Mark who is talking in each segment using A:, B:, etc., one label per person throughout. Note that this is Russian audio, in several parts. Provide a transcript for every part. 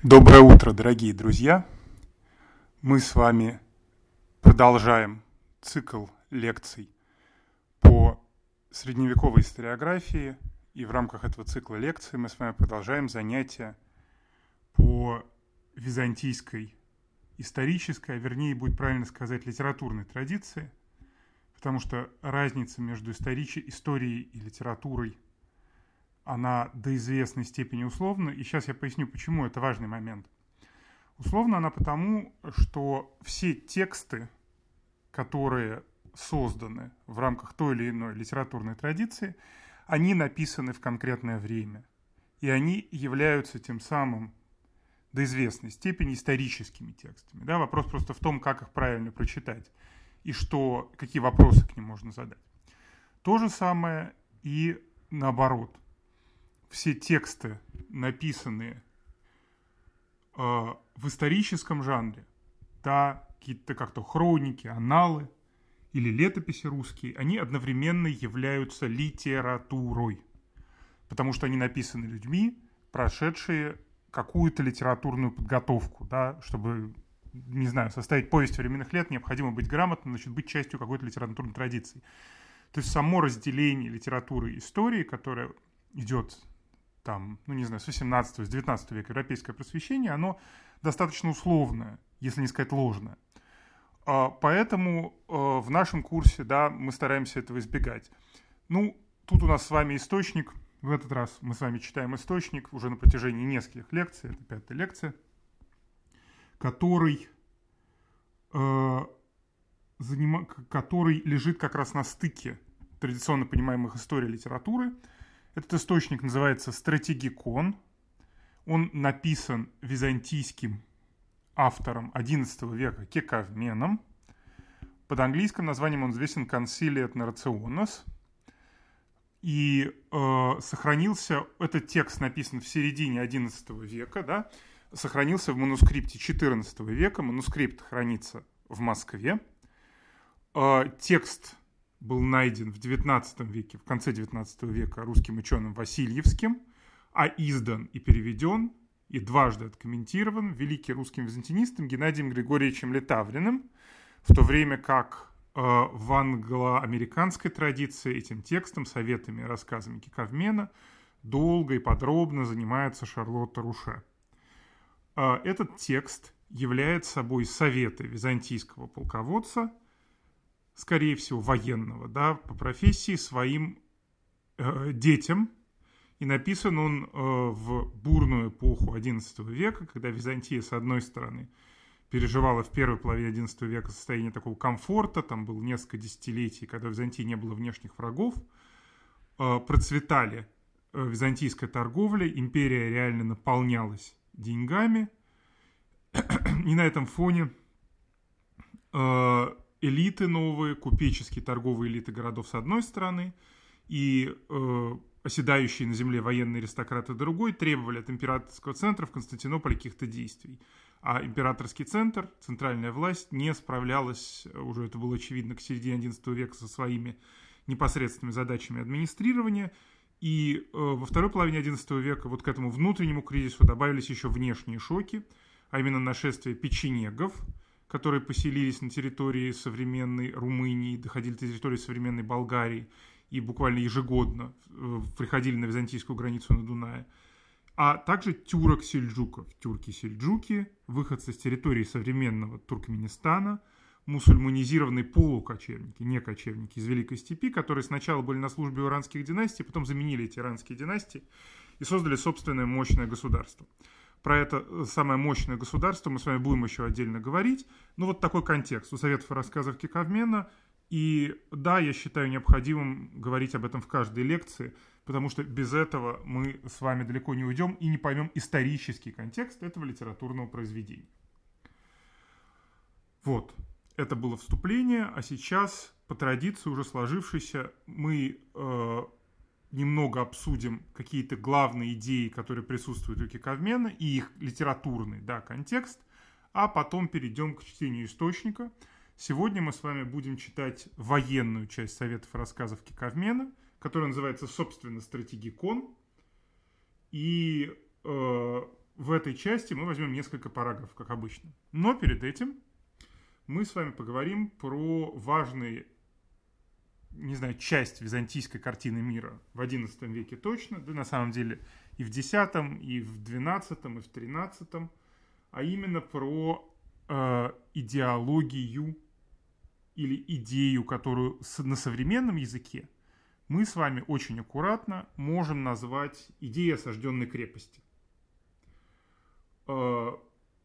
A: Доброе утро, дорогие друзья! Мы с вами продолжаем цикл лекций по средневековой историографии, и в рамках этого цикла лекций мы с вами продолжаем занятия по византийской исторической, а вернее, будет правильно сказать, литературной традиции, потому что разница между историей и литературой она до известной степени условна, и сейчас я поясню, почему это важный момент. Условно она потому, что все тексты, которые созданы в рамках той или иной литературной традиции, они написаны в конкретное время, и они являются тем самым до известной степени историческими текстами. Да? Вопрос просто в том, как их правильно прочитать, и какие вопросы к ним можно задать. То же самое и наоборот. Все тексты, написанные в историческом жанре, да, какие-то как-то хроники, анналы или летописи русские, они одновременно являются литературой, потому что они написаны людьми, прошедшие какую-то литературную подготовку, да, чтобы, не знаю, составить повесть временных лет, необходимо быть грамотным, значит, быть частью какой-то литературной традиции. То есть само разделение литературы и истории, которое идет там, с 18 с 19 века европейское просвещение, оно достаточно условное, если не сказать ложное. Поэтому в нашем курсе, да, мы стараемся этого избегать. Тут у нас с вами источник. В этот раз мы с вами читаем источник уже на протяжении нескольких лекций, это 5-я лекция, который лежит как раз на стыке традиционно понимаемых историй и литературы. Этот источник называется «Стратегикон». Он написан византийским автором XI века Кекавменом. Под английским названием он известен «Conciliat Narrationis». И сохранился, этот текст написан в середине XI века, да, сохранился в манускрипте XIV века. Манускрипт хранится в Москве. Текст был найден в XIX веке, в конце XIX века русским ученым Васильевским, а издан и переведен, и дважды откомментирован великим русским византинистом Геннадием Григорьевичем Летавриным, в то время как в англо-американской традиции этим текстом, советами и рассказами Кекавмена долго и подробно занимается Шарлотта Руше. Этот текст является собой советы византийского полководца, скорее всего, военного, да, по профессии своим детям. И написан он в бурную эпоху XI века, когда Византия, с одной стороны, переживала в первой половине XI века состояние такого комфорта, там было несколько десятилетий, когда в Византии не было внешних врагов, процветали византийская торговля, империя реально наполнялась деньгами, и на этом фоне элиты новые, купеческие торговые элиты городов с одной стороны и оседающие на земле военные аристократы другой требовали от императорского центра в Константинополе каких-то действий. А императорский центр, центральная власть, не справлялась, уже это было очевидно, к середине XI века со своими непосредственными задачами администрирования. И во второй половине XI века вот к этому внутреннему кризису добавились еще внешние шоки, а именно нашествие печенегов, которые поселились на территории современной Румынии, доходили до территории современной Болгарии и буквально ежегодно приходили на византийскую границу на Дунае. А также тюрок-сельджуков. Тюрки-сельджуки, выходцы с территории современного Туркменистана, мусульманизированные полукочевники, не кочевники из Великой Степи, которые сначала были на службе у иранских династий, потом заменили эти иранские династии и создали собственное мощное государство. Про это самое мощное государство мы с вами будем еще отдельно говорить. Вот такой контекст у советов и рассказов Кекавмена. И да, я считаю необходимым говорить об этом в каждой лекции, потому что без этого мы с вами далеко не уйдем и не поймем исторический контекст этого литературного произведения. Вот, это было вступление, а сейчас, по традиции уже сложившейся, мы немного обсудим какие-то главные идеи, которые присутствуют у Кекавмена, и их литературный, да, контекст, а потом перейдем к чтению источника. Сегодня мы с вами будем читать военную часть советов и рассказов Кекавмена, которая называется, собственно, «Стратегикон». И в этой части мы возьмем несколько параграфов, как обычно. Но перед этим мы с вами поговорим про важные, не знаю, часть византийской картины мира в XI веке точно, да на самом деле и в X, и в XII, и в XIII, а именно про идеологию или идею, которую на современном языке мы с вами очень аккуратно можем назвать идеей осажденной крепости. Что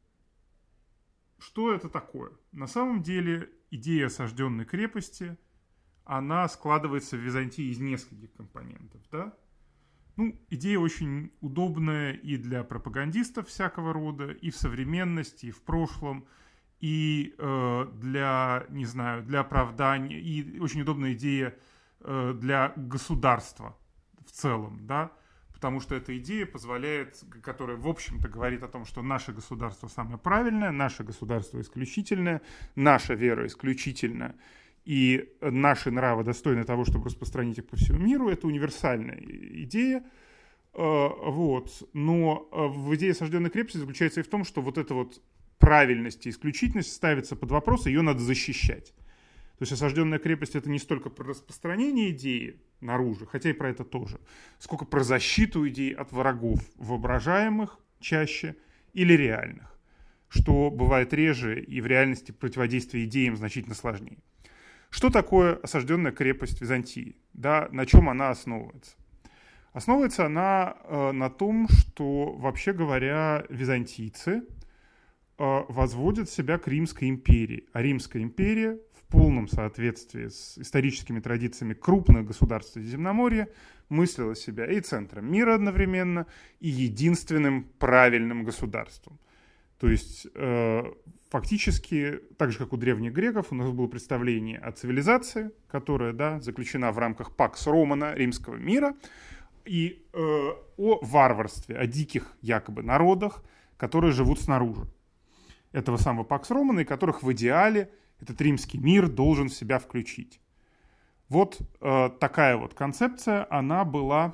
A: это такое? На самом деле идея осажденной крепости, она складывается в Византии из нескольких компонентов. Да? Идея очень удобная и для пропагандистов всякого рода, и в современности, и в прошлом, и для, не знаю, для оправдания, и очень удобная идея для государства в целом, да, потому что эта идея позволяет, которая, в общем-то, говорит о том, что наше государство самое правильное, наше государство исключительное, наша вера исключительная, и наши нравы достойны того, чтобы распространить их по всему миру. Это универсальная идея. Вот. Но в идее осажденной крепости заключается и в том, что вот эта вот правильность и исключительность ставится под вопрос, и ее надо защищать. То есть осажденная крепость — это не столько про распространение идеи наружу, хотя и про это тоже, сколько про защиту идей от врагов, воображаемых чаще или реальных, что бывает реже, и в реальности противодействие идеям значительно сложнее. Что такое осажденная крепость Византии? Да, на чем она основывается? Основывается она на том, что, вообще говоря, византийцы возводят себя к Римской империи. А Римская империя в полном соответствии с историческими традициями крупных государств Средиземноморья мыслила себя и центром мира одновременно, и единственным правильным государством. То есть фактически, так же как у древних греков, у нас было представление о цивилизации, которая, да, заключена в рамках Пакс Романа, римского мира, и о варварстве, о диких якобы народах, которые живут снаружи этого самого Пакс Романа, и которых в идеале этот римский мир должен в себя включить. Вот такая вот концепция, она была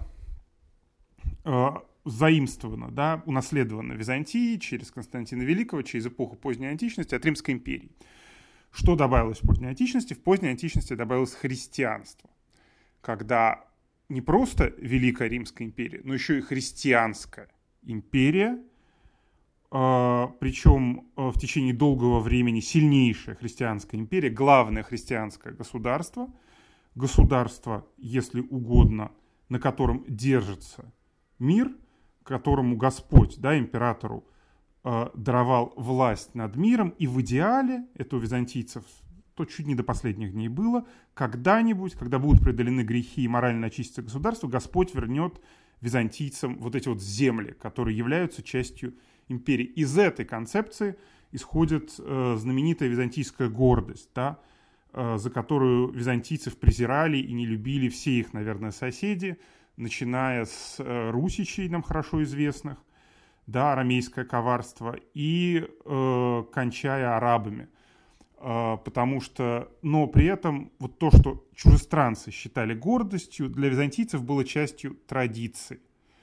A: заимствована, да, унаследована Византией через Константина Великого, через эпоху поздней античности от Римской империи. Что добавилось в поздней античности? В поздней античности добавилось христианство, когда не просто Великая Римская империя, но еще и христианская империя, причем в течение долгого времени сильнейшая христианская империя, главное христианское государство, если угодно, на котором держится мир, которому Господь, да, императору, даровал власть над миром, и в идеале, это у византийцев то чуть не до последних дней было, когда-нибудь, когда будут преодолены грехи и морально очистится государство, Господь вернет византийцам вот эти вот земли, которые являются частью империи. Из этой концепции исходит знаменитая византийская гордость, да, за которую византийцев презирали и не любили все их, наверное, соседи, начиная с русичей, нам хорошо известных, да, арамейское коварство, и кончая арабами. Потому что, но при этом вот то, что чужестранцы считали гордостью, для византийцев было частью традиции.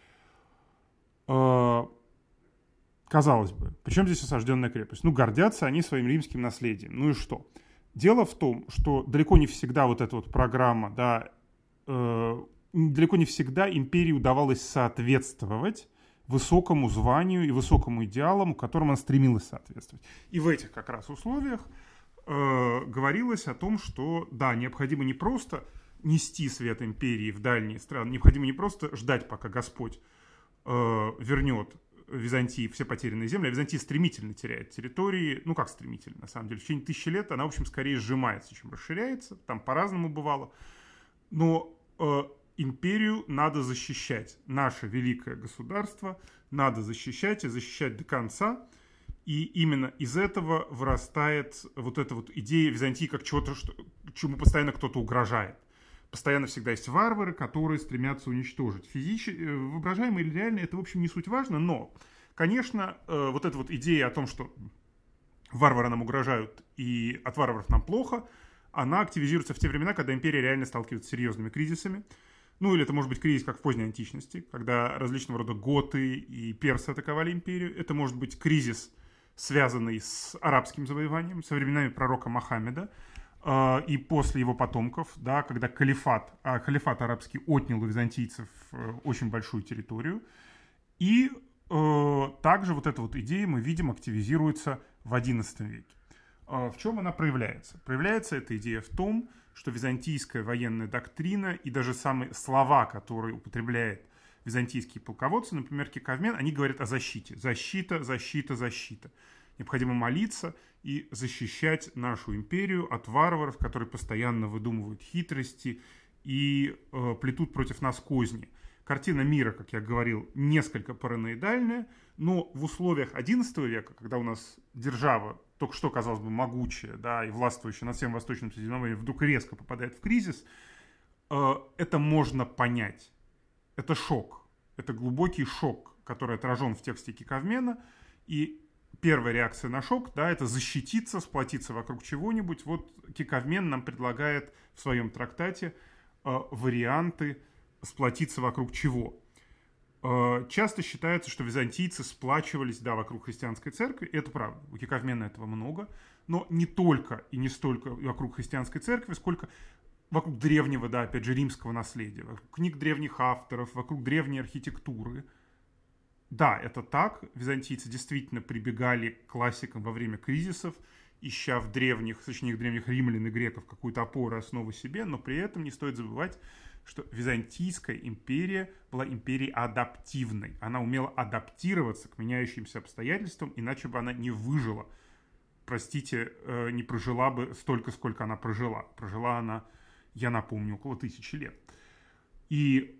A: Казалось бы, причем здесь осажденная крепость? Гордятся они своим римским наследием. Ну и что? Дело в том, что далеко не всегда вот эта вот программа, да, далеко не всегда империи удавалось соответствовать высокому званию и высокому идеалам, к которым она стремилась соответствовать. И в этих как раз условиях говорилось о том, что, да, необходимо не просто нести свет империи в дальние страны, необходимо не просто ждать, пока Господь вернет Византии все потерянные земли, а Византия стремительно теряет территории, как стремительно, на самом деле, в течение 1000 лет она, в общем, скорее сжимается, чем расширяется, там по-разному бывало, но империю надо защищать, наше великое государство надо защищать и защищать до конца. И именно из этого вырастает вот эта вот идея Византии как чего-то, чему постоянно кто-то угрожает. Постоянно всегда есть варвары, которые стремятся уничтожить. Воображаемо или реально, это, в общем, не суть важно, но, конечно, вот эта вот идея о том, что варвары нам угрожают и от варваров нам плохо, она активизируется в те времена, когда империя реально сталкивается с серьезными кризисами. Ну, или это может быть кризис, как в поздней античности, когда различного рода готы и персы атаковали империю. Это может быть кризис, связанный с арабским завоеванием, со временами пророка Мохаммеда и после его потомков, да, когда халифат арабский отнял у византийцев очень большую территорию. И также вот эта вот идея, мы видим, активизируется в XI веке. В чем она проявляется? Проявляется эта идея в том, что византийская военная доктрина и даже самые слова, которые употребляет византийские полководцы, например, Кекавмен, они говорят о защите. Защита, защита, защита. Необходимо молиться и защищать нашу империю от варваров, которые постоянно выдумывают хитрости и плетут против нас козни. Картина мира, как я говорил, несколько параноидальная, но в условиях XI века, когда у нас держава, только что, казалось бы, могучая, да, и властвующая над всем Восточным Средиземноморьем, вдруг резко попадает в кризис, это можно понять. Это шок. Это глубокий шок, который отражен в тексте Кекавмена. И первая реакция на шок, да, это защититься, сплотиться вокруг чего-нибудь. Вот Кекавмен нам предлагает в своем трактате варианты сплотиться вокруг чего. Часто считается, что византийцы сплачивались, да, вокруг христианской церкви. Это правда. У Кекавмена этого много. Но не только и не столько вокруг христианской церкви, сколько вокруг древнего, да, опять же, римского наследия, вокруг книг древних авторов, вокруг древней архитектуры. Да, это так. Византийцы действительно прибегали к классикам во время кризисов, ища в древних, точнее, древних римлян и греков какую-то опору, основу себе, но при этом не стоит забывать, что Византийская империя была империей адаптивной. Она умела адаптироваться к меняющимся обстоятельствам, иначе бы она не выжила. Простите, не прожила бы столько, сколько она прожила. Прожила она, я напомню, около 1000 лет. И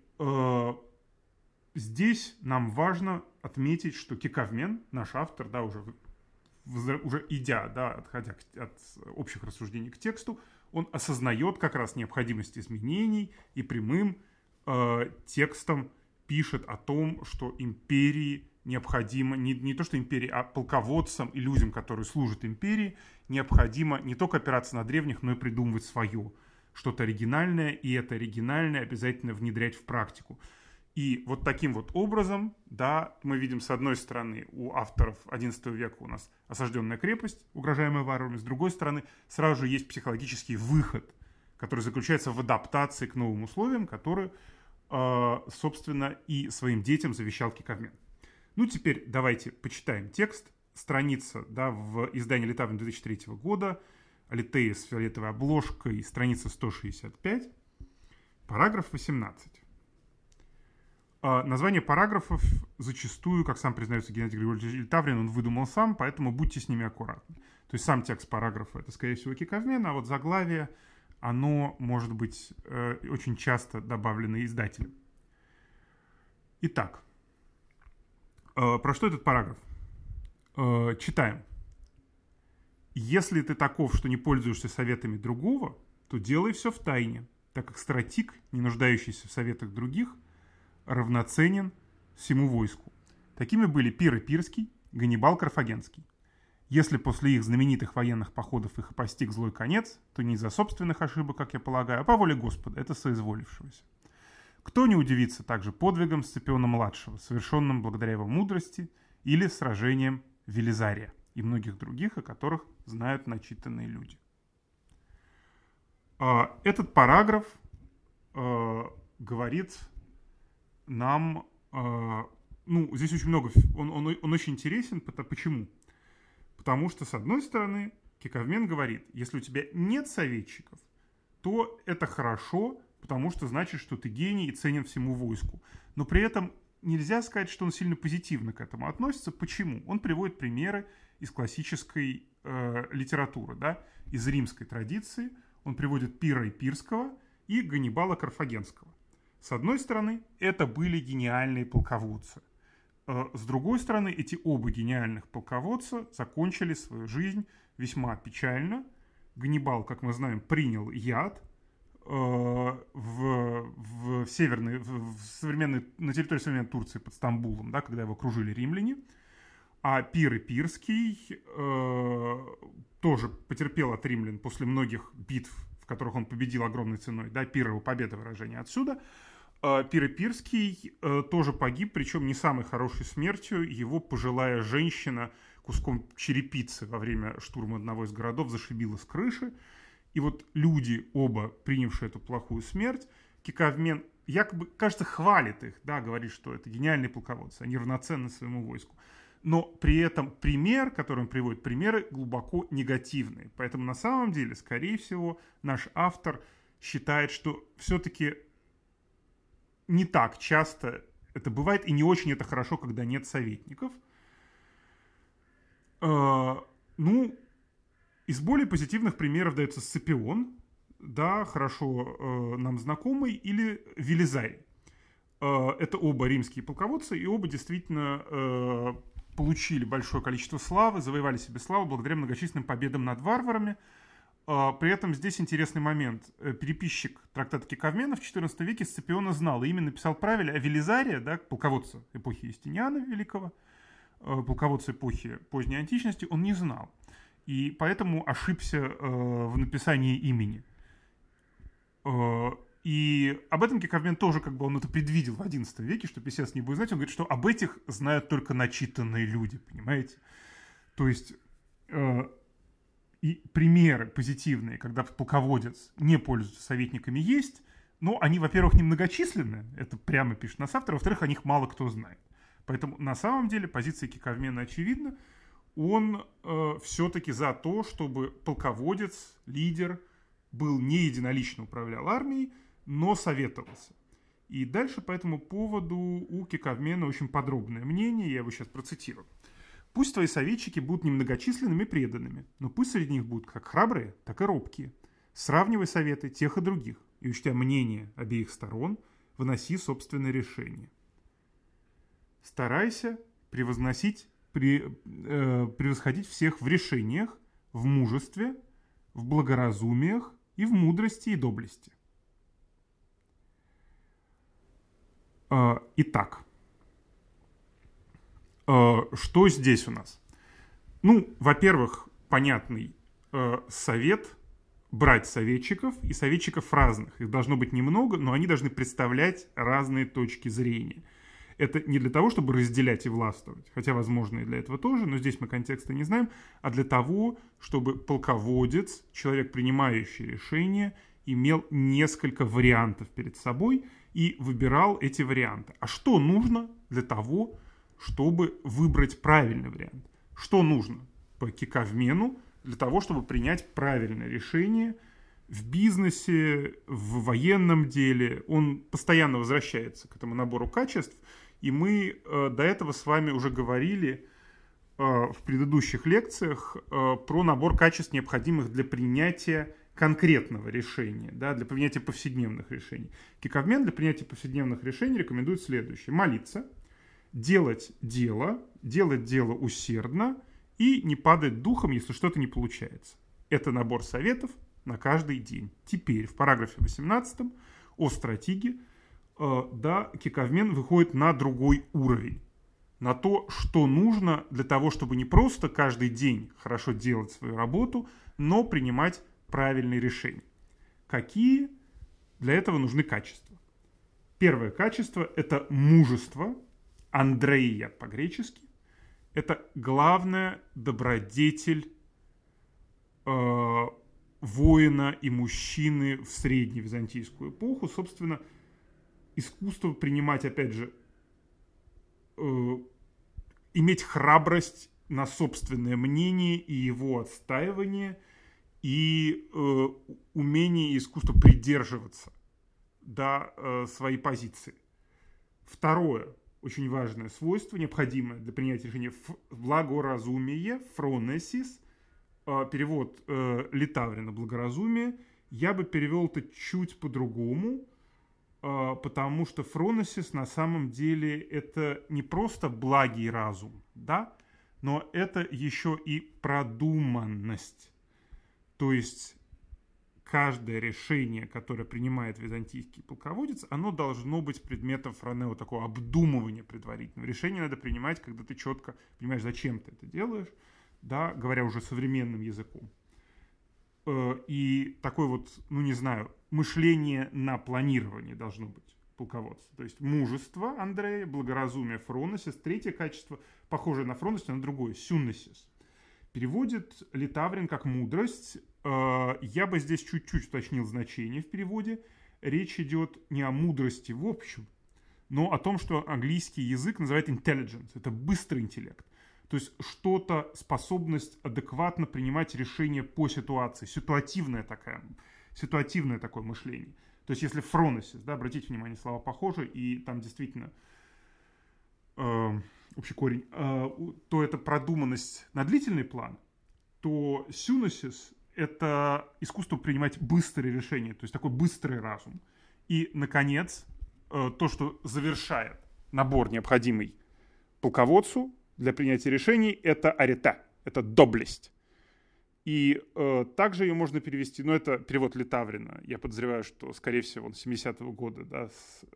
A: здесь нам важно отметить, что Кекавмен, наш автор, да, уже идя, да, отходя от общих рассуждений к тексту, он осознает как раз необходимость изменений и прямым текстом пишет о том, что империи необходимо, не то что империи, а полководцам и людям, которые служат империи, необходимо не только опираться на древних, но и придумывать свое, что-то оригинальное, и это оригинальное обязательно внедрять в практику. И вот таким вот образом, да, мы видим, с одной стороны, у авторов XI века у нас осажденная крепость, угрожаемая варварами, с другой стороны, сразу же есть психологический выход, который заключается в адаптации к новым условиям, которые, собственно, и своим детям завещал Кекавмен. Ну, теперь давайте почитаем текст. Страница, да, в издании Литаврин 2003 года, Алитея с фиолетовой обложкой, страница 165, параграф 18. Название параграфов зачастую, как сам признается Геннадий Григорьевич Литаврин, он выдумал сам, поэтому будьте с ними аккуратны. То есть сам текст параграфа — это, скорее всего, Кекавмен, а вот заглавие, оно может быть очень часто добавлено издателем. Итак, про что этот параграф? Читаем. «Если ты таков, что не пользуешься советами другого, то делай все в тайне, так как стратик, не нуждающийся в советах других, равноценен всему войску. Такими были Пир Эпирский, Ганнибал Карфагенский. Если после их знаменитых военных походов их постиг злой конец, то не из-за собственных ошибок, как я полагаю, а по воле Господа, это соизволившегося. Кто не удивится также подвигом Сципиона-младшего, совершенным благодаря его мудрости, или сражением Велизария и многих других, о которых знают начитанные люди». Этот параграф говорит нам, здесь очень много, он очень интересен. Почему? Потому что, с одной стороны, Кекавмен говорит, если у тебя нет советчиков, то это хорошо, потому что значит, что ты гений и ценен всему войску. Но при этом нельзя сказать, что он сильно позитивно к этому относится. Почему? Он приводит примеры из классической литературы, да, из римской традиции. Он приводит Пира Эпирского и Ганнибала Карфагенского. С одной стороны, это были гениальные полководцы. С другой стороны, эти оба гениальных полководца закончили свою жизнь весьма печально. Ганнибал, как мы знаем, принял яд на территории современной Турции под Стамбулом, да, когда его окружили римляне. А Пир Эпирский тоже потерпел от римлян после многих битв, в которых он победил огромной ценой. Да, Пир — его победа, выражение отсюда. Пир тоже погиб, причем не самой хорошей смертью. Его пожилая женщина куском черепицы во время штурма одного из городов зашибила с крыши. И вот люди, оба принявшие эту плохую смерть, Кекавмен якобы, кажется, хвалит их, да, говорит, что это гениальные полководцы, они равноценны своему войску. Но при этом пример, который он приводит, примеры глубоко негативные. Поэтому на самом деле, скорее всего, наш автор считает, что все-таки не так часто это бывает, и не очень это хорошо, когда нет советников. Ну, из более позитивных примеров дается Сципион, да, хорошо нам знакомый, или Велизарий. Это оба римские полководцы, и оба действительно получили большое количество славы, завоевали себе славу благодаря многочисленным победам над варварами. При этом здесь интересный момент. Переписчик трактата Кекавмена в XIV веке Сципиона знал и именно написал правильно, а Велизария, да, полководца эпохи Юстиниана Великого, полководца эпохи поздней античности, он не знал. И поэтому ошибся в написании имени. И об этом Кекавмен тоже, как бы, он это предвидел в XI веке, что писец не будет знать. Он говорит, что об этих знают только начитанные люди, понимаете? То есть и примеры позитивные, когда полководец не пользуется советниками, есть, но они, во-первых, немногочисленны, это прямо пишет нас автор, во-вторых, о них мало кто знает. Поэтому на самом деле позиция Кекавмена очевидна. Он все-таки за то, чтобы полководец, лидер, был не единолично управлял армией, но советовался. И дальше по этому поводу у Кекавмена очень подробное мнение, я его сейчас процитирую. «Пусть твои советчики будут немногочисленными и преданными, но пусть среди них будут как храбрые, так и робкие. Сравнивай советы тех и других, и, учтя мнение обеих сторон, выноси собственное решение. Старайся превосходить всех в решениях, в мужестве, в благоразумиях и в мудрости и доблести». Итак, что здесь у нас? Ну, во-первых, понятный совет брать советчиков, и советчиков разных. Их должно быть немного, но они должны представлять разные точки зрения. Это не для того, чтобы разделять и властвовать, хотя, возможно, и для этого тоже, но здесь мы контекста не знаем, а для того, чтобы полководец, человек, принимающий решения, имел несколько вариантов перед собой и выбирал эти варианты. А что нужно для того, чтобы выбрать правильный вариант? Что нужно по Кекавмену для того, чтобы принять правильное решение в бизнесе, в военном деле? Он постоянно возвращается к этому набору качеств, и мы до этого с вами уже говорили в предыдущих лекциях про набор качеств, необходимых для принятия конкретного решения, да, для принятия повседневных решений. Кекавмен для принятия повседневных решений рекомендует следующее. Молиться, делать дело усердно и не падать духом, если что-то не получается. Это набор советов на каждый день. Теперь в параграфе 18 о стратегии Кекавмен выходит на другой уровень. На то, что нужно для того, чтобы не просто каждый день хорошо делать свою работу, но принимать правильные решения. Какие для этого нужны качества? Первое качество – это мужество, андреия по-гречески. Это главная добродетель воина и мужчины в средневизантийскую эпоху. Собственно, искусство принимать, опять же, иметь храбрость на собственное мнение и его отстаивание, и умение и искусство придерживаться своей позиции. Второе, очень важное свойство, необходимое для принятия решения – благоразумие, фронесис, перевод Литаврина «благоразумие». Я бы перевел это чуть по-другому, потому что фронесис на самом деле это не просто благий разум, да, но это еще и продуманность. То есть каждое решение, которое принимает византийский полководец, оно должно быть предметом фронео, такого обдумывания предварительного. Решение надо принимать, когда ты четко понимаешь, зачем ты это делаешь, да, говоря уже современным языком. И такое вот, мышление на планировании должно быть полководца. То есть мужество Андрея, благоразумие Фроносис, третье качество, похожее на Фроносис, но другое, сюннесис. Переводит Литаврин как мудрость. Я бы здесь чуть-чуть уточнил значение в переводе. Речь идет не о мудрости в общем, но о том, что английский язык называет intelligence. Это быстрый интеллект. То есть что-то, способность адекватно принимать решения по ситуации. Ситуативное такое мышление. То есть если фроносис, да, обратите внимание, слова похожи, и там действительно общий корень, то это продуманность на длительный план, то сюносис — это искусство принимать быстрые решения, то есть такой быстрый разум. И, наконец, то, что завершает набор, необходимый полководцу для принятия решений, это арета, это доблесть. И также ее можно перевести, но это перевод Литаврина. Я подозреваю, что, скорее всего, он с 70-го года, да,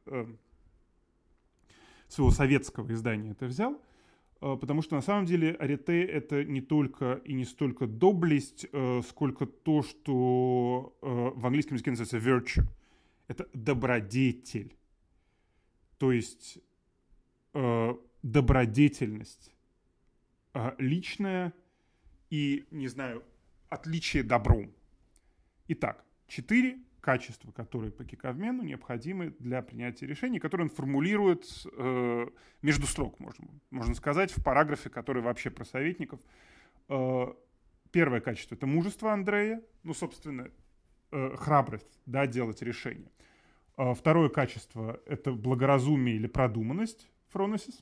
A: своего советского издания это взял, потому что на самом деле арете — это не только и не столько доблесть, сколько то, что в английском языке называется virtue. Это добродетель. То есть добродетельность личная и, не знаю, отличие добром. Итак, 4 качества, которые по Киковмену необходимы для принятия решений, которые он формулирует между строк, можно сказать, в параграфе, который вообще про советников. Первое качество — это мужество Андрея, ну, собственно, храбрость, да, делать решения. Второе качество — это благоразумие или продуманность, фроносис.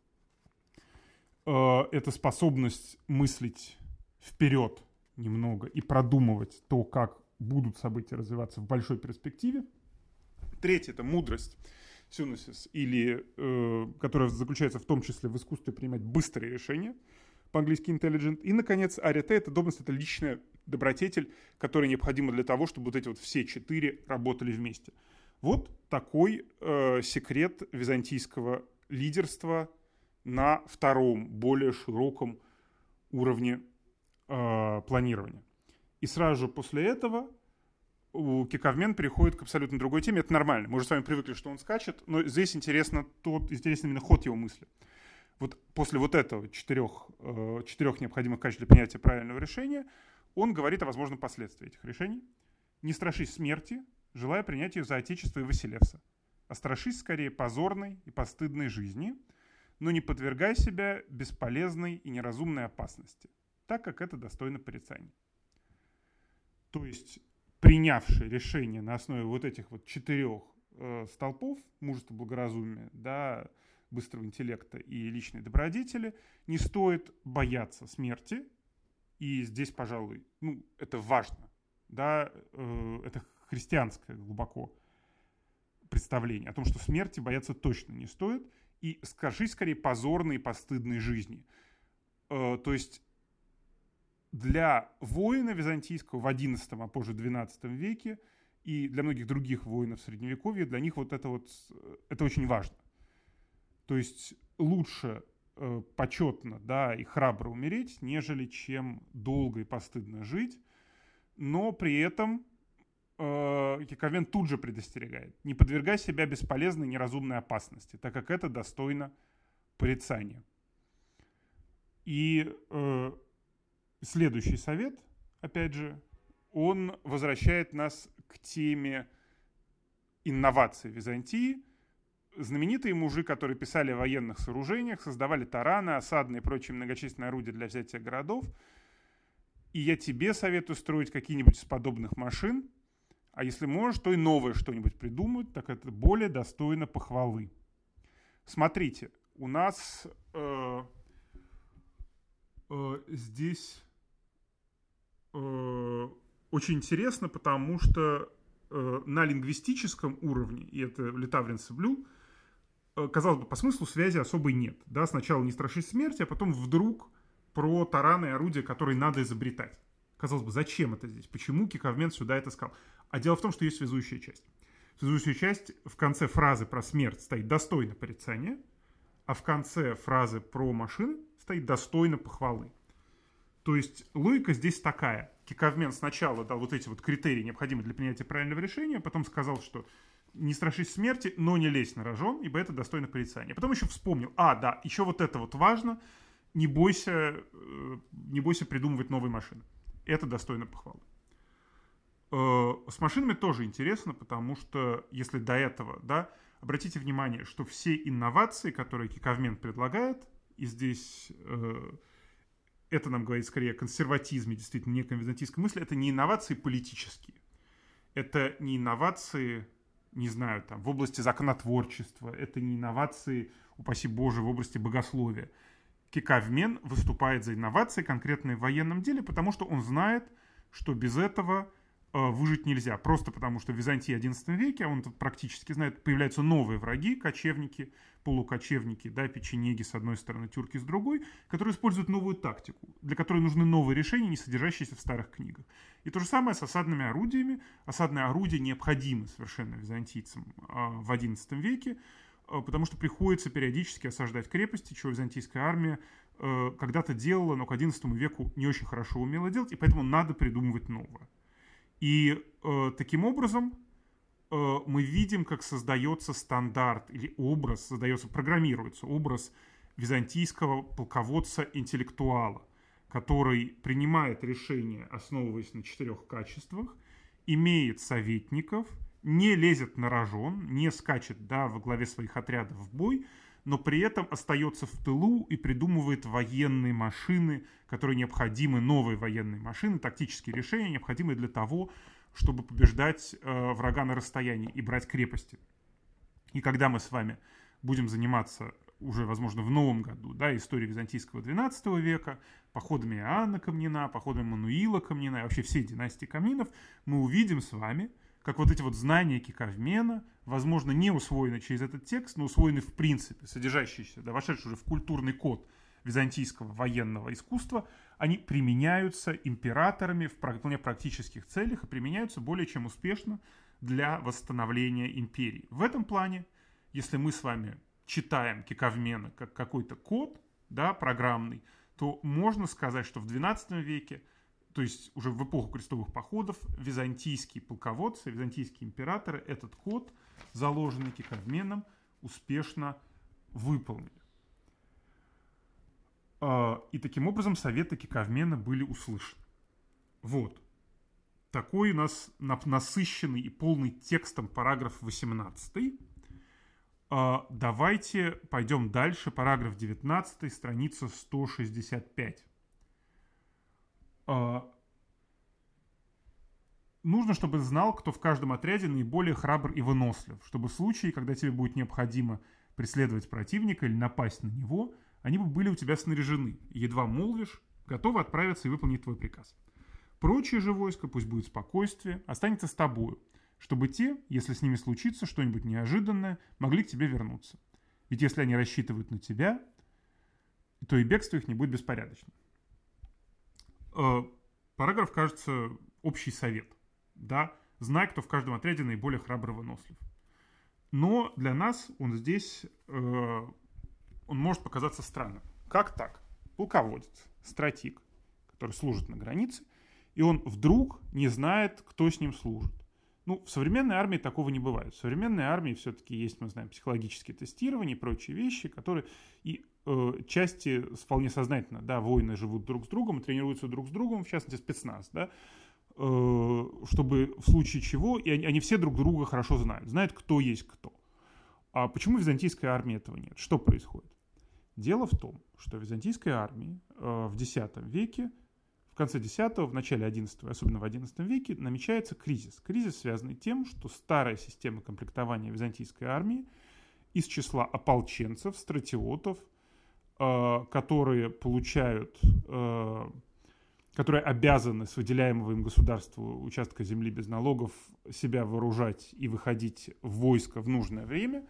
A: Это способность мыслить вперед немного и продумывать то, как будут события развиваться в большой перспективе. Третье — это мудрость, сюносис, или, которая заключается в том числе в искусстве принимать быстрые решения, по-английски intelligent. И, наконец, арете — это доблесть, это личная добродетель, которая необходима для того, чтобы вот эти вот все 4 работали вместе. Вот такой секрет византийского лидерства на втором, более широком уровне планирования. И сразу же после этого Киковмен переходит к абсолютно другой теме. Это нормально. Мы уже с вами привыкли, что он скачет, но здесь интересен именно ход его мысли. Вот после вот этого четырех необходимых качеств для принятия правильного решения он говорит о возможном последствии этих решений. «Не страшись смерти, желая принять ее за отечество и Василевса. А страшись скорее позорной и постыдной жизни, но не подвергай себя бесполезной и неразумной опасности, так как это достойно порицания». То есть, принявший решение на основе вот этих вот 4 столпов, мужества, благоразумия, да, быстрого интеллекта и личной добродетели, не стоит бояться смерти. И здесь, пожалуй, это важно, да, это христианское глубоко представление о том, что смерти бояться точно не стоит, и скажись скорее позорной и постыдной жизни. То есть для воина византийского в XI, а позже XII веке и для многих других воинов Средневековья, для них вот это очень важно. То есть лучше почетно, да, и храбро умереть, нежели чем долго и постыдно жить, но при этом Киковмен тут же предостерегает: не подвергай себя бесполезной неразумной опасности, так как это достойно порицания. И следующий совет, опять же, он возвращает нас к теме инноваций Византии. Знаменитые мужи, которые писали о военных сооружениях, создавали тараны, осадные и прочие многочисленные орудия для взятия городов. И я тебе советую строить какие-нибудь из подобных машин, а если можешь, то и новое что-нибудь придумать, так это более достойно похвалы. Смотрите, у нас здесь очень интересно, потому что на лингвистическом уровне, и это Литаврин соблюл, казалось бы, по смыслу связи особой нет. Да? Сначала не страшись смерти, а потом вдруг про тараны и орудия, которые надо изобретать. Казалось бы, зачем это здесь? Почему Киковмен сюда это сказал? А дело в том, что есть связующая часть. Связующая часть в конце фразы про смерть стоит «достойно порицания», а в конце фразы про машины стоит «достойно похвалы». То есть логика здесь такая. Киковмен сначала дал вот эти вот критерии, необходимые для принятия правильного решения, потом сказал, что не страшись смерти, но не лезь на рожон, ибо это достойно порицания. Потом еще вспомнил, еще вот это вот важно, не бойся придумывать новые машины. Это достойно похвалы. С машинами тоже интересно, потому что если до этого, да, обратите внимание, что все инновации, которые Киковмен предлагает, и здесь это нам говорит скорее о консерватизме, действительно, некой византийской мысли, это не инновации политические. Это не инновации, не знаю, там, в области законотворчества, это не инновации, упаси Боже, в области богословия. Киковмен выступает за инновации конкретные в военном деле, потому что он знает, что без этого выжить нельзя. Просто потому, что в Византии XI веке, он практически знает, появляются новые враги, кочевники, полукочевники, да, печенеги с одной стороны, тюрки с другой, которые используют новую тактику, для которой нужны новые решения, не содержащиеся в старых книгах. И то же самое с осадными орудиями. Осадные орудия необходимы совершенно византийцам в XI веке, потому что приходится периодически осаждать крепости, чего византийская армия когда-то делала, но к XI веку не очень хорошо умела делать, и поэтому надо придумывать новое. И таким образом мы видим, как создается стандарт или образ, программируется образ византийского полководца-интеллектуала, который принимает решения, основываясь на 4 качествах, имеет советников, не лезет на рожон, не скачет, да, во главе своих отрядов в бой, но при этом остается в тылу и придумывает военные машины, которые необходимы, новые военные машины, тактические решения, необходимые для того, чтобы побеждать врага на расстоянии и брать крепости. И когда мы с вами будем заниматься уже, возможно, в новом году, да, историей византийского XII века, походами Иоанна Комнина, походами Мануила Комнина и вообще всей династии Комнинов, мы увидим с вами, как вот эти вот знания Киковмена, возможно, не усвоены через этот текст, но усвоены в принципе, содержащиеся, да, вошедшие уже в культурный код византийского военного искусства, они применяются императорами в вполне практических целях и применяются более чем успешно для восстановления империи. В этом плане, если мы с вами читаем Киковмена как какой-то код, да, программный, то можно сказать, что в XII веке, то есть уже в эпоху крестовых походов, византийские полководцы, византийские императоры этот код, заложенный Киковменом, успешно выполнили. И таким образом советы Киковмена были услышаны. Вот. Такой у нас насыщенный и полный текстом параграф 18. Давайте пойдем дальше. Параграф 19, страница 165. Нужно, чтобы знал, кто в каждом отряде наиболее храбр и вынослив, чтобы в случае, когда тебе будет необходимо преследовать противника или напасть на него, они бы были у тебя снаряжены. Едва молвишь, готовы отправиться и выполнить твой приказ. Прочее же войско, пусть будет спокойствие, останется с тобою, чтобы те, если с ними случится что-нибудь неожиданное, могли к тебе вернуться. Ведь если они рассчитывают на тебя, то и бегство их не будет беспорядочным. Параграф, кажется, общий совет. Да? Знай, кто в каждом отряде наиболее храбр и вынослив. Но для нас он здесь, он может показаться странным. Как так? Полководец, стратег, который служит на границе, и он вдруг не знает, кто с ним служит. Ну, в современной армии такого не бывает. В современной армии все-таки есть, мы знаем, психологические тестирования и прочие вещи, которые и части вполне сознательно, да, воины живут друг с другом, тренируются друг с другом, в частности спецназ, да, чтобы в случае чего, и они все друг друга хорошо знают, кто есть кто. А почему в византийской армии этого нет? Что происходит? Дело в том, что в византийской армии в X веке, в конце X, в начале XI, особенно в XI веке, намечается кризис. Кризис, связанный тем, что старая система комплектования византийской армии из числа ополченцев, стратиотов, которые которые обязаны с выделяемого им государству участка земли без налогов себя вооружать и выходить в войско в нужное время,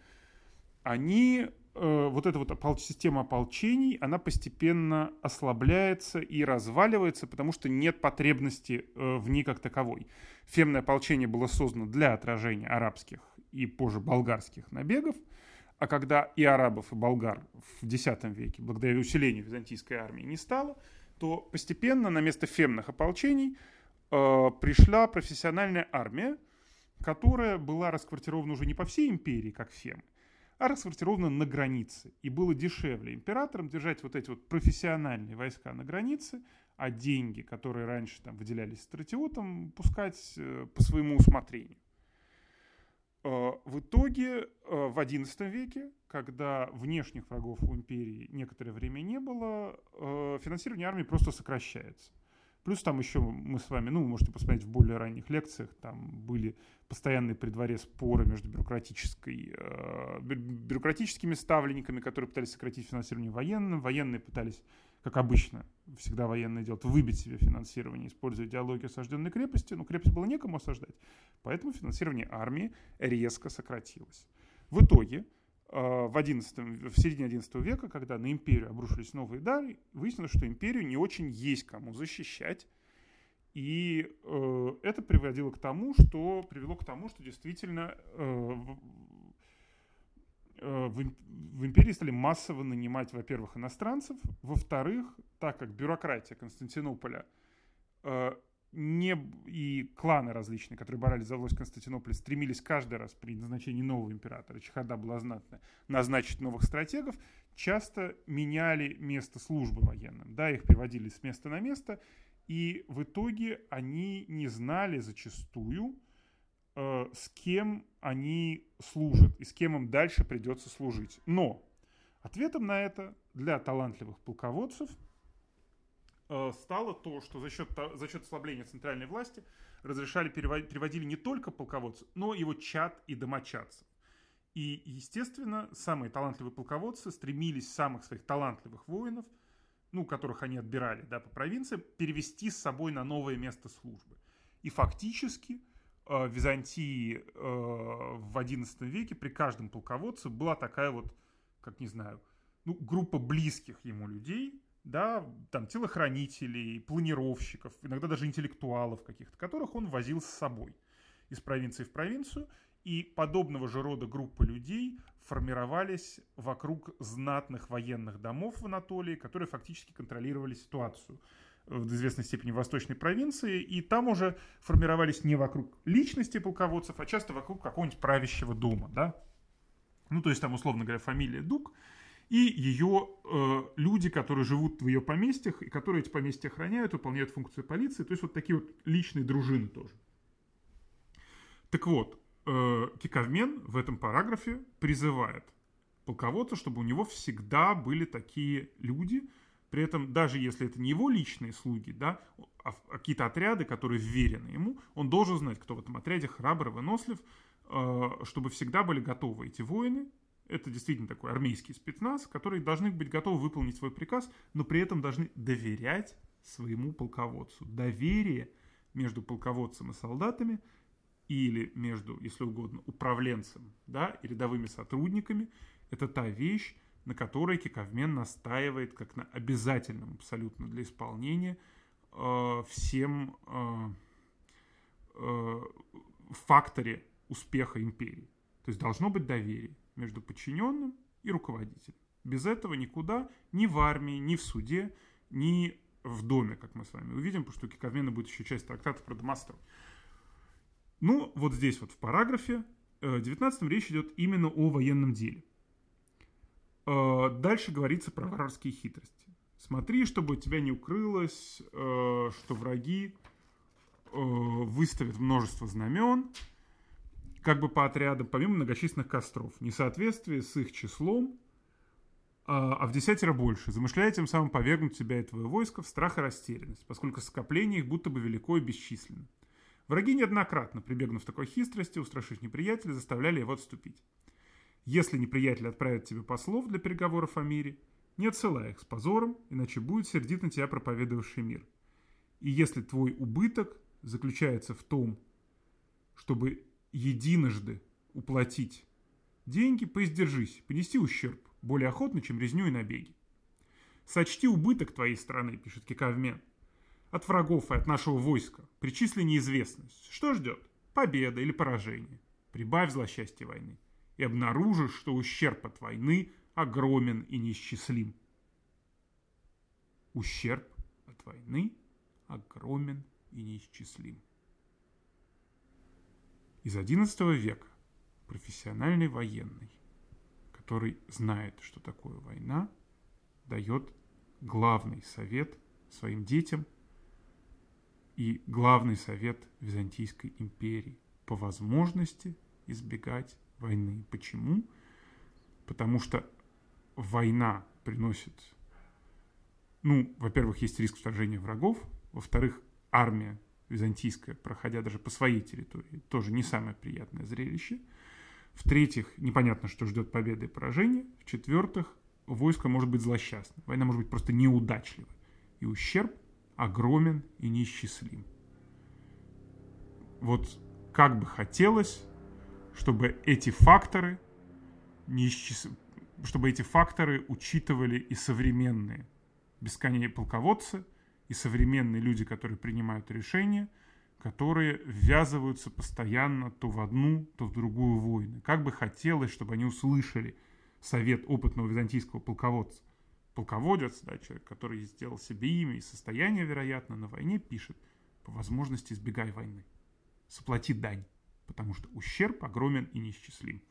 A: вот эта вот система ополчений, она постепенно ослабляется и разваливается, потому что нет потребности в ней как таковой. Фемное ополчение было создано для отражения арабских и позже болгарских набегов, а когда и арабов, и болгар в X веке, благодаря усилению византийской армии, не стало, то постепенно на место фемных ополчений пришла профессиональная армия, которая была расквартирована уже не по всей империи, как фемы, а расквартирована на границе. И было дешевле императорам держать вот эти вот профессиональные войска на границе, а деньги, которые раньше там выделялись стратиотам, пускать по своему усмотрению. В итоге в XI веке, когда внешних врагов у империи некоторое время не было, финансирование армии просто сокращается. Плюс там еще мы с вами, вы можете посмотреть в более ранних лекциях, там были постоянные при дворе споры между бюрократическими ставленниками, которые пытались сократить финансирование военным. Военные пытались, как обычно, всегда военные делают, выбить себе финансирование, используя идеологию осажденной крепости, но крепость было некому осаждать, поэтому финансирование армии резко сократилось. В итоге в середине XI века, когда на империю обрушились новые дары, выяснилось, что империю не очень есть кому защищать. И это привело к тому, что действительно в империи стали массово нанимать, во-первых, иностранцев, во-вторых, так как бюрократия Константинополя и кланы различные, которые боролись за власть Константинополя, стремились каждый раз при назначении нового императора, чехарда была знатная, назначить новых стратегов, часто меняли место службы военным. Да, их приводили с места на место, и в итоге они не знали зачастую, с кем они служат и с кем им дальше придется служить. Но ответом на это для талантливых полководцев стало то, что за счет ослабления центральной власти переводили не только полководцев, но и его чад и домочадцев. И, естественно, самые талантливые полководцы стремились самых своих талантливых воинов, которых они отбирали по провинциям, перевести с собой на новое место службы. И фактически в Византии в XI веке при каждом полководце была такая группа близких ему людей, там телохранителей, планировщиков, иногда даже интеллектуалов каких-то, которых он возил с собой из провинции в провинцию. И подобного же рода группы людей формировались вокруг знатных военных домов в Анатолии, которые фактически контролировали ситуацию в известной степени в восточной провинции. И там уже формировались не вокруг личности полководцев, а часто вокруг какого-нибудь правящего дома. То есть там, условно говоря, фамилия Дук и ее люди, которые живут в ее поместьях, и которые эти поместья охраняют, выполняют функцию полиции. То есть вот такие вот личные дружины тоже. Так вот, Кекавмен в этом параграфе призывает полководца, чтобы у него всегда были такие люди, при этом даже если это не его личные слуги, а какие-то отряды, которые вверены ему, он должен знать, кто в этом отряде храбр и вынослив, чтобы всегда были готовы эти воины. Это действительно такой армейский спецназ, которые должны быть готовы выполнить свой приказ, но при этом должны доверять своему полководцу. Доверие между полководцем и солдатами или между, если угодно, управленцем и рядовыми сотрудниками, это та вещь, на которой Кекавмен настаивает как на обязательном абсолютно для исполнения всем факторе успеха империи. То есть должно быть доверие между подчиненным и руководителем. Без этого никуда, ни в армии, ни в суде, ни в доме, как мы с вами увидим, потому что у Кекавмена будет еще часть трактата про домострой. Вот здесь вот в параграфе 19 речь идет именно о военном деле. Дальше говорится про варварские хитрости. Смотри, чтобы у тебя не укрылось, что враги выставят множество знамен, как бы по отрядам, помимо многочисленных костров. Несоответствие с их числом, а в 10 больше, замышляя тем самым повергнуть тебя и твое войско в страх и растерянность, поскольку скопление их будто бы велико и бесчисленно. Враги неоднократно, прибегнув к такой хитрости, устрашив неприятеля, заставляли его отступить. Если неприятель отправит тебе послов для переговоров о мире, не отсылай их с позором, иначе будет сердит на тебя проповедовавший мир. И если твой убыток заключается в том, чтобы единожды уплатить деньги, поиздержись, понести ущерб, более охотно, чем резню и набеги. Сочти убыток твоей страны, пишет Кекавмен, от врагов и от нашего войска, причисли неизвестность. Что ждет? Победа или поражение. Прибавь злосчастье войны, и обнаружишь, что ущерб от войны огромен и неисчислим. Ущерб от войны огромен и неисчислим. из XI века профессиональный военный, который знает, что такое война, дает главный совет своим детям и главный совет Византийской империи: по возможности избегать войны. Почему? Потому что война приносит, во-первых, есть риск вторжения врагов, во-вторых, армия византийская, проходя даже по своей территории, тоже не самое приятное зрелище. В-третьих, непонятно, что ждет победы и поражения. В-четвертых, войско может быть злосчастным. Война может быть просто неудачлива. И ущерб огромен и неисчислим. Вот как бы хотелось, чтобы эти факторы учитывали и современные бесконечные полководцы, и современные люди, которые принимают решения, которые ввязываются постоянно то в одну, то в другую войну. Как бы хотелось, чтобы они услышали совет опытного византийского полководца. Полководец, человек, который сделал себе имя и состояние, вероятно, на войне, пишет: по возможности избегай войны. Заплати дань, потому что ущерб огромен и неисчислим.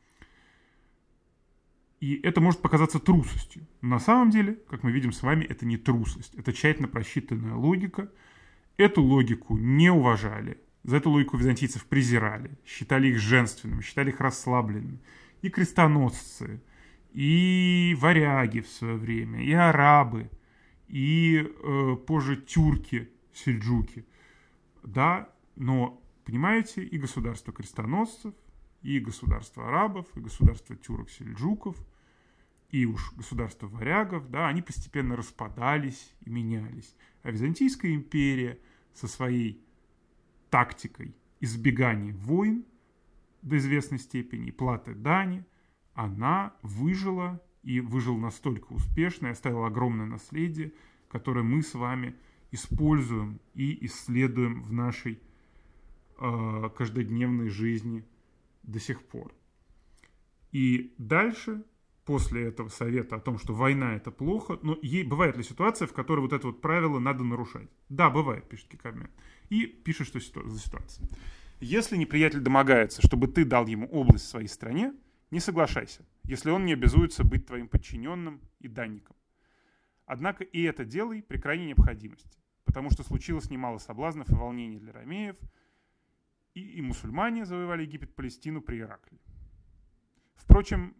A: И это может показаться трусостью. Но на самом деле, как мы видим с вами, это не трусость. Это тщательно просчитанная логика. Эту логику не уважали. За эту логику византийцев презирали. Считали их женственными, считали их расслабленными. И крестоносцы, и варяги в свое время, и арабы, и позже тюрки, сельджуки. Да, но, понимаете, и государство крестоносцев, и государство арабов, и государство тюрок-сельджуков, и уж государство варягов, да, они постепенно распадались и менялись. А Византийская империя со своей тактикой избегания войн до известной степени, платы дани, она выжила, и выжила настолько успешно, и оставила огромное наследие, которое мы с вами используем и исследуем в нашей каждодневной жизни до сих пор. И дальше, после этого совета о том, что война — это плохо, но бывает ли ситуация, в которой вот это вот правило надо нарушать? Да, бывает, пишет Кикавмен. И пишет, что за ситуация. Если неприятель домогается, чтобы ты дал ему область в своей стране, не соглашайся, если он не обязуется быть твоим подчиненным и данником. Однако и это делай при крайней необходимости, потому что случилось немало соблазнов и волнений для ромеев, и мусульмане завоевали Египет, Палестину при Ираклии. Впрочем,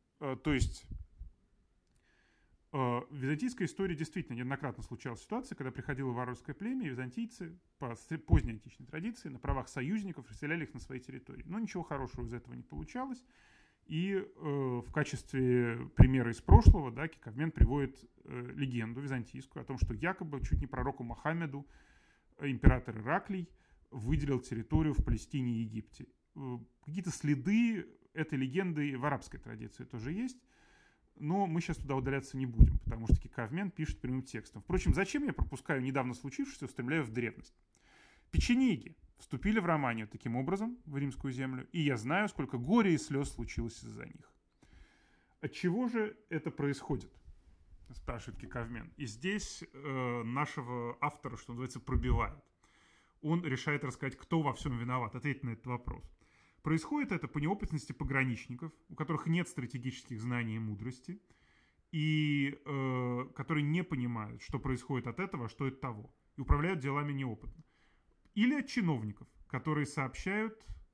A: в византийской истории действительно неоднократно случалась ситуация, когда приходило варварское племя, и византийцы по поздней античной традиции на правах союзников расселяли их на своей территории. Но ничего хорошего из этого не получалось. И в качестве примера из прошлого, Кикавмен приводит легенду византийскую о том, что якобы чуть не пророку Мухаммеду император Ираклий выделил территорию в Палестине и Египте. Какие-то следы этой легенды в арабской традиции тоже есть, но мы сейчас туда удаляться не будем, потому что Кикавмен пишет прямым текстом. Впрочем, зачем я пропускаю недавно случившееся, устремляю в древность? Печенеги вступили в Романию таким образом в римскую землю, и я знаю, сколько горя и слез случилось из-за них. Отчего же это происходит? Спрашивает Кикавмен. И здесь нашего автора, что называется, пробивает. Он решает рассказать, кто во всем виноват, ответить на этот вопрос. Происходит это по неопытности пограничников, у которых нет стратегических знаний и мудрости, и которые не понимают, что происходит от этого, а что от того, и управляют делами неопытно. Или от чиновников, которые сообщают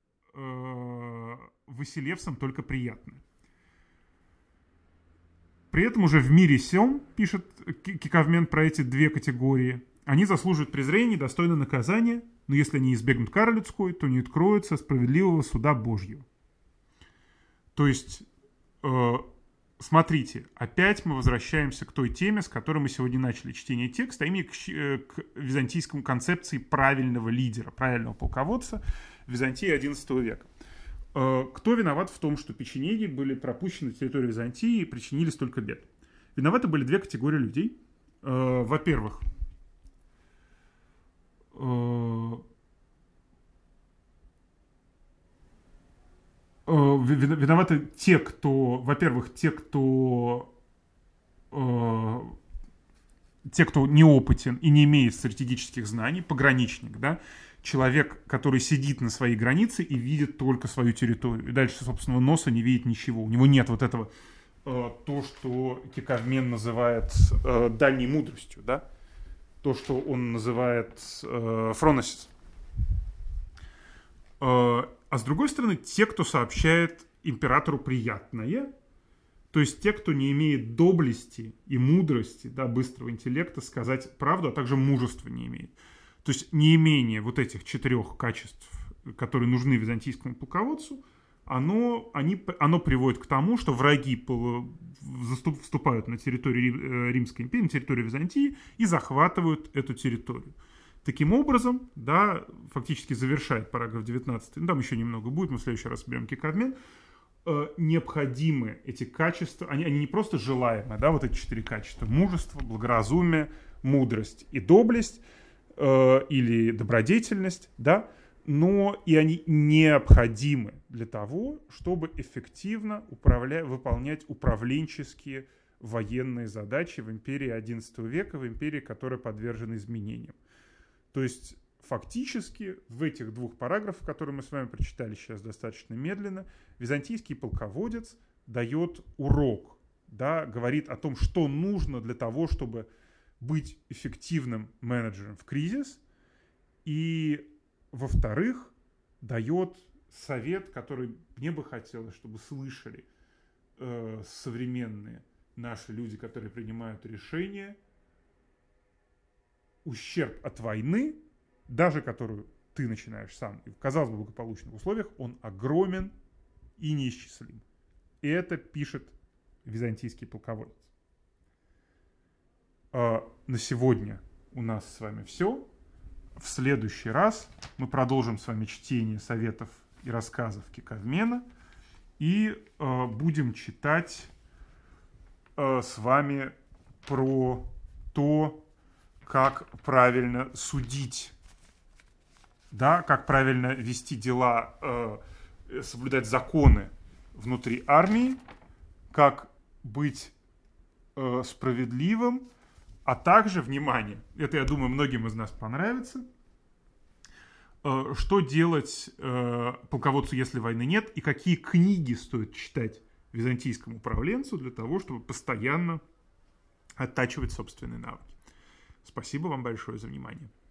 A: выселевцам только приятное. При этом уже в мире сём, пишет Кикавмен про эти две категории, они заслуживают презрения и достойны наказания, но если они избегнут кары людской, то не откроются справедливого суда Божьего. То есть, смотрите, опять мы возвращаемся к той теме, с которой мы сегодня начали чтение текста, а именно к византийскому концепции правильного лидера, правильного полководца в Византии XI века. Кто виноват в том, что печенеги были пропущены на территорию Византии и причинили столько бед? Виноваты были две категории людей. Во-первых, виноваты те, кто, во-первых, те, кто неопытен и не имеет стратегических знаний, пограничник, да, человек, который сидит на своей границе и видит только свою территорию. И дальше собственного носа не видит ничего. У него нет вот этого, то, что Кикавмен называет дальней мудростью, да? То, что он называет фроносис. А с другой стороны, те, кто сообщает императору приятное, то есть те, кто не имеет доблести и мудрости, да, быстрого интеллекта сказать правду, а также мужества не имеет. То есть неимение вот этих 4 качеств, которые нужны византийскому полководцу, оно приводит к тому, что враги вступают на территорию Римской империи, на территорию Византии и захватывают эту территорию. Таким образом, да, фактически завершает параграф 19, ну, там еще немного будет, мы в следующий раз берем Кикавмен, необходимы эти качества, они не просто желаемые, да, вот эти 4 качества: мужество, благоразумие, мудрость и доблесть, или добродетельность, да, но и они необходимы для того, чтобы эффективно выполнять управленческие военные задачи в империи XI века, в империи, которая подвержена изменениям. То есть фактически в этих 2 параграфах, которые мы с вами прочитали сейчас достаточно медленно, византийский полководец дает урок, да, говорит о том, что нужно для того, чтобы быть эффективным менеджером в кризис, и, во-вторых, дает совет, который мне бы хотелось, чтобы слышали современные наши люди, которые принимают решения. Ущерб от войны, даже которую ты начинаешь сам, и в, казалось бы, благополучных условиях, он огромен и неисчислим. И это пишет византийский полководец. На сегодня у нас с вами все. В следующий раз мы продолжим с вами чтение советов и рассказов Кикавмена и будем читать с вами про то, как правильно судить, да, как правильно вести дела, соблюдать законы внутри армии, как быть справедливым, а также, внимание, это, я думаю, многим из нас понравится, что делать полководцу, если войны нет, и какие книги стоит читать византийскому управленцу для того, чтобы постоянно оттачивать собственные навыки. Спасибо вам большое за внимание.